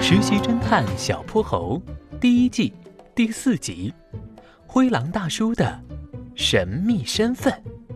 实习侦探小泼猴第1季第4集，灰狼大叔的神秘身份。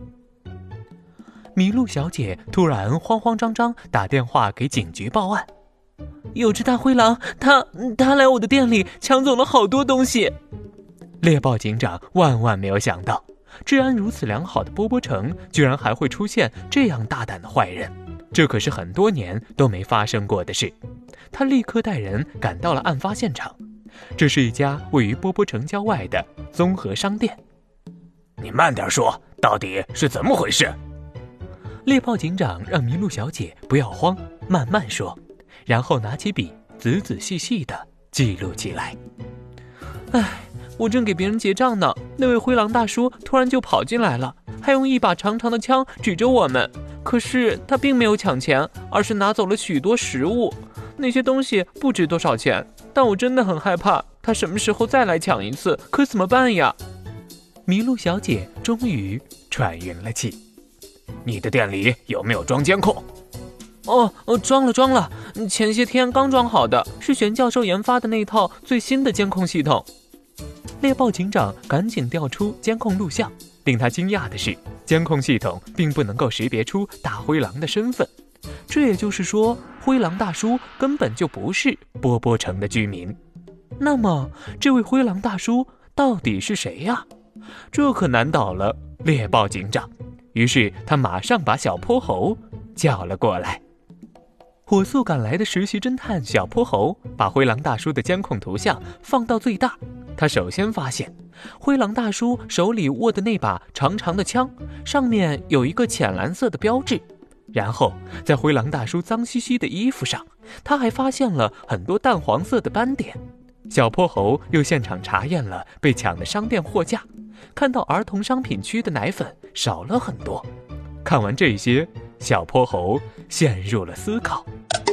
麋鹿小姐突然慌慌张张打电话给警局报案，有只大灰狼，他来我的店里抢走了好多东西。猎豹警长万万没有想到，治安如此良好的波波城居然还会出现这样大胆的坏人，这可是很多年都没发生过的事。他立刻带人赶到了案发现场，这是一家位于波波城郊外的综合商店。 你慢点说，到底是怎么回事？ 猎豹警长让麋鹿小姐不要慌，慢慢说，然后拿起笔仔仔细细地记录起来。我正给别人结账呢，那位灰狼大叔突然就跑进来了，还用一把长长的枪指着我们。可是他并没有抢钱，而是拿走了许多食物。那些东西不值多少钱，但我真的很害怕他什么时候再来抢一次，可怎么办呀？麋鹿小姐终于喘匀了气。 你的店里有没有装监控？ 装了，前些天刚装好的，是玄教授研发的那套最新的监控系统。猎豹警长赶紧调出监控录像，令他惊讶的是，监控系统并不能够识别出大灰狼的身份。这也就是说，灰狼大叔根本就不是波波城的居民。那么，这位灰狼大叔到底是谁呀？这可难倒了猎豹警长。于是他马上把小泼猴叫了过来。火速赶来的实习侦探小泼猴把灰狼大叔的监控图像放到最大。他首先发现，灰狼大叔手里握的那把长长的枪上面有一个浅蓝色的标志，然后在灰狼大叔脏兮兮的衣服上，他还发现了很多淡黄色的斑点。小泼猴又现场查验了被抢的商店货架，看到儿童商品区的奶粉少了很多。看完这些，小泼猴陷入了思考。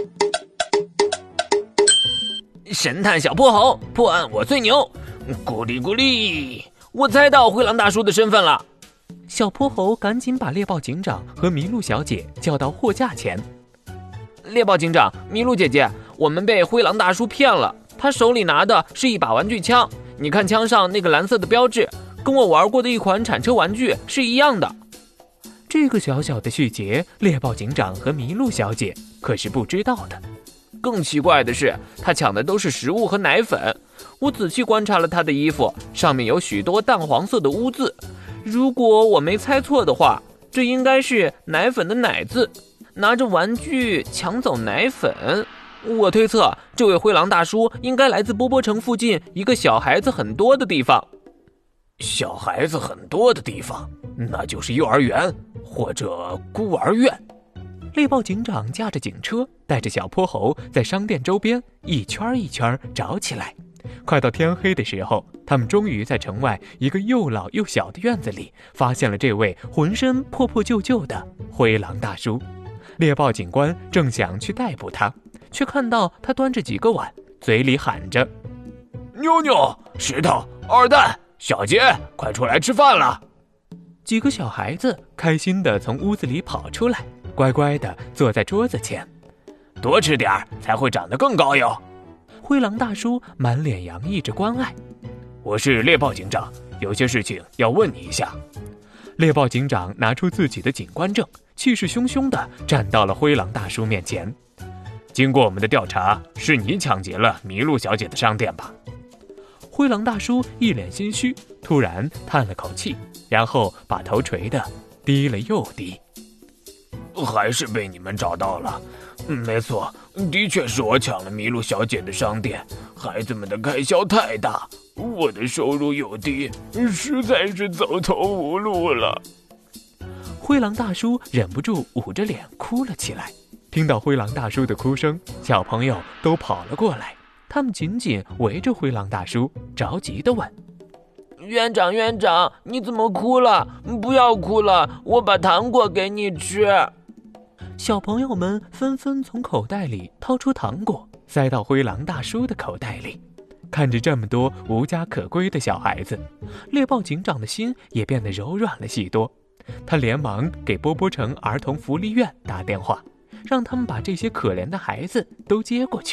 神探小泼猴，破案我最牛！咕哩咕哩，我猜到灰狼大叔的身份了。 小泼猴赶紧把猎豹警长和麋鹿小姐叫到货架前。 猎豹警长，麋鹿姐姐，我们被灰狼大叔骗了，他手里拿的是一把玩具枪，你看枪上那个蓝色的标志，跟我玩过的一款铲车玩具是一样的。 这个小小的细节，猎豹警长和麋鹿小姐可是不知道的。 更奇怪的是，他抢的都是食物和奶粉。我仔细观察了他的衣服，上面有许多淡黄色的污渍。如果我没猜错的话，这应该是奶粉的奶字。拿着玩具抢走奶粉，我推测这位灰狼大叔应该来自波波城附近一个小孩子很多的地方。小孩子很多的地方，那就是幼儿园或者孤儿院。 猎豹警长驾着警车，带着小泼猴在商店周边一圈一圈找起来。快到天黑的时候，他们终于在城外一个又老又小的院子里发现了这位浑身破破旧旧的灰狼大叔。猎豹警官正想去逮捕他，却看到他端着几个碗，嘴里喊着： 妞妞、石头、二蛋、小杰，快出来吃饭了。 几个小孩子开心地从屋子里跑出来，乖乖地坐在桌子前。 多吃点才会长得更高哟。 灰狼大叔满脸洋溢着关爱。 我是猎豹警长，有些事情要问你一下。 猎豹警长拿出自己的警官证，气势汹汹地站到了灰狼大叔面前。 经过我们的调查，是你抢劫了麋鹿小姐的商店吧？ 灰狼大叔一脸心虚，突然叹了口气，然后把头垂得低了又低。 还是被你们找到了。没错，的确是我抢了麋鹿小姐的商店。孩子们的开销太大，我的收入又低，实在是走投无路了。 灰狼大叔忍不住捂着脸哭了起来。听到灰狼大叔的哭声，小朋友都跑了过来，他们紧紧围着灰狼大叔，着急地问： 院长，你怎么哭了？不要哭了，我把糖果给你吃。 小朋友们纷纷从口袋里掏出糖果，塞到灰狼大叔的口袋里。看着这么多无家可归的小孩子，猎豹警长的心也变得柔软了许多。他连忙给波波城儿童福利院打电话，让他们把这些可怜的孩子都接过去，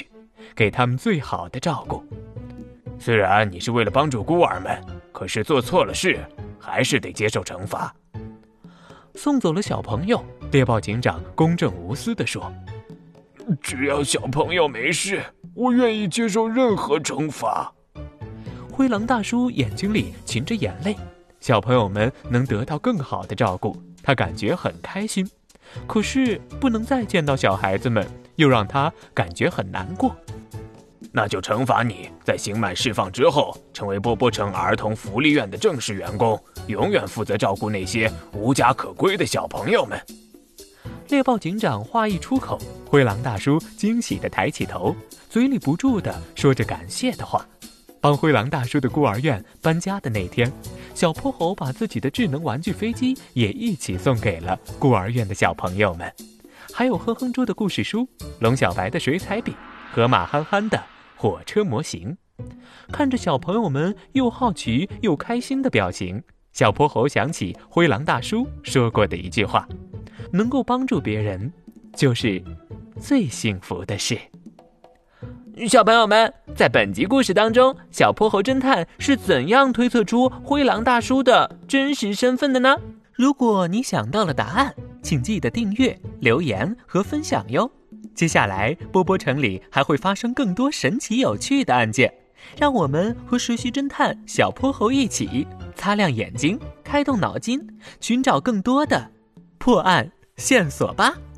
给他们最好的照顾。 虽然你是为了帮助孤儿们，可是做错了事，还是得接受惩罚。 送走了小朋友，猎豹警长公正无私地说： 只要小朋友没事，我愿意接受任何惩罚。 灰狼大叔眼睛里噙着眼泪，小朋友们能得到更好的照顾，他感觉很开心。可是不能再见到小孩子们，又让他感觉很难过。 那就惩罚你在刑满释放之后，成为波波城儿童福利院的正式员工，永远负责照顾那些无家可归的小朋友们。 猎豹警长话一出口，灰狼大叔惊喜地抬起头，嘴里不住地说着感谢的话。帮灰狼大叔的孤儿院搬家的那天，小泼猴把自己的智能玩具飞机也一起送给了孤儿院的小朋友们，还有哼哼猪的故事书、龙小白的水彩笔和马憨憨的火车模型。看着小朋友们又好奇又开心的表情，小泼猴想起灰狼大叔说过的一句话：能够帮助别人，就是最幸福的事。 小朋友们，在本集故事当中，小泼猴侦探是怎样推测出灰狼大叔的真实身份的呢？ 如果你想到了答案，请记得订阅、留言和分享哟。接下来，波波城里还会发生更多神奇有趣的案件，让我们和实习侦探小泼猴一起擦亮眼睛，开动脑筋，寻找更多的破案线索吧。